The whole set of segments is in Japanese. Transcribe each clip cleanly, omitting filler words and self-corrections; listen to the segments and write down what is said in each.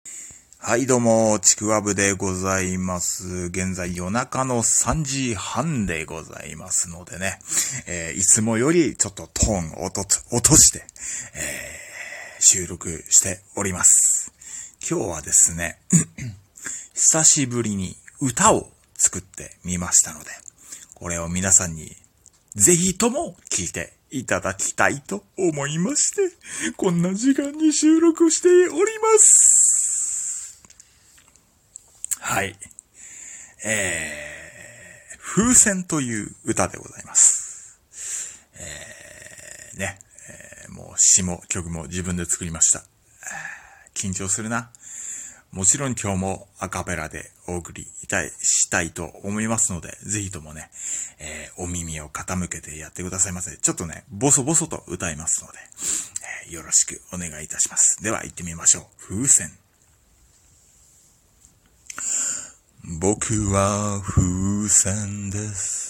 はいどうも、ちくわぶでございます。現在夜中の3時半でございますのでね、いつもよりちょっとトーンを落として、収録しております。今日はですね、久しぶりに歌を作ってみましたので、これを皆さんにぜひとも聞いていただきたいと思いまして、こんな時間に収録しております。はい。風船という歌でございます。もう詩も曲も自分で作りました。緊張するな。もちろん今日もアカペラでお送りしたいと思いますので、ぜひともね、お耳を傾けてやってくださいませ。ちょっとね、ボソボソと歌いますので、よろしくお願いいたします。では行ってみましょう。風船。僕は風船です。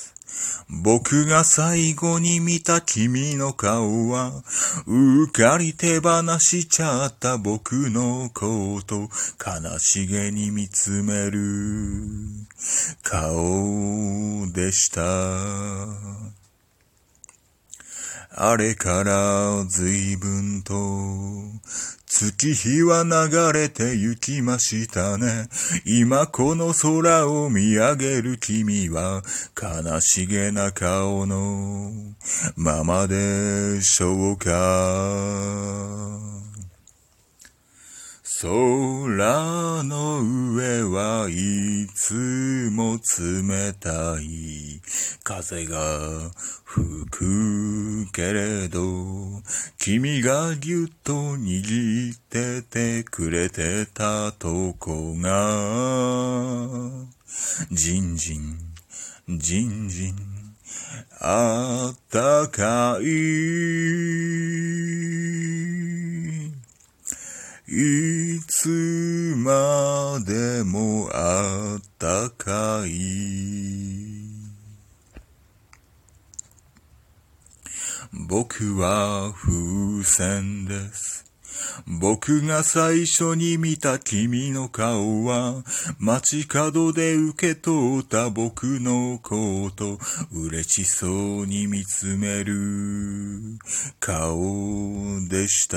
僕が最後に見た君の顔は、うっかり手放しちゃった僕のこと悲しげに見つめる顔でした。あれから随分と月日は流れて行きましたね。今この空を見上げる君は悲しげな顔のままでしょうか。空の上はいつも冷たい風が吹くけれど、君がぎゅっと握っててくれてたとこが、じんじん、じんじん、あったかい。いつまでもあったかい。僕は風船です。僕が最初に見た君の顔は、街角で受け取った僕のこと嬉しそうに見つめる顔でした。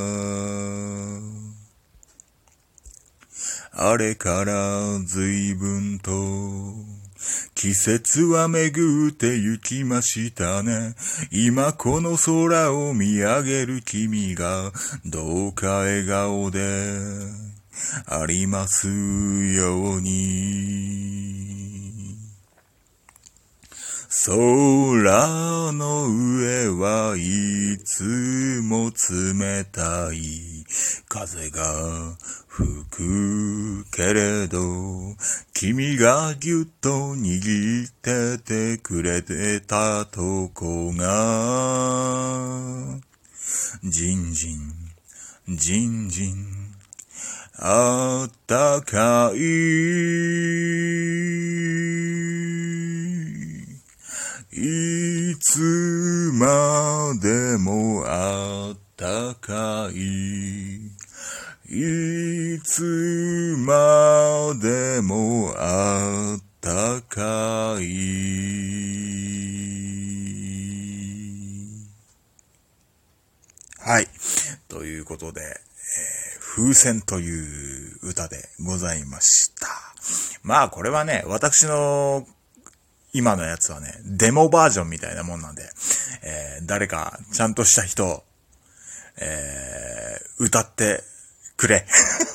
あれから随分と季節は巡って行きましたね。今この空を見上げる君がどうか笑顔でありますように。空の上はいつも冷たい風が吹くけれど、君がぎゅっと握っててくれてたとこが、じんじん、じんじん、あったかい。いつまでもあったかい。いつまでもあったかい。はい。ということで、風船という歌でございました。まあこれはね、私の今のやつはね、デモバージョンみたいなもんなんで、誰かちゃんとした人、歌ってくれ。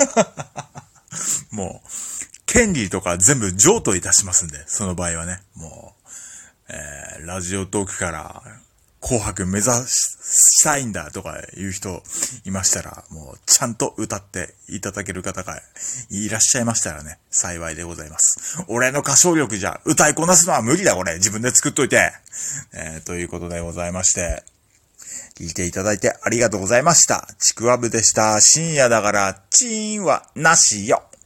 もう、権利とか全部譲渡いたしますんで、その場合はね、もう、ラジオトークから紅白目指したいんだとかいう人いましたら、もうちゃんと歌っていただける方がいらっしゃいましたらね、幸いでございます。俺の歌唱力じゃ歌いこなすのは無理だ、俺。自分で作っといて。ということでございまして、聞いていただいてありがとうございました。ちくわぶでした。深夜だからチーンはなしよ。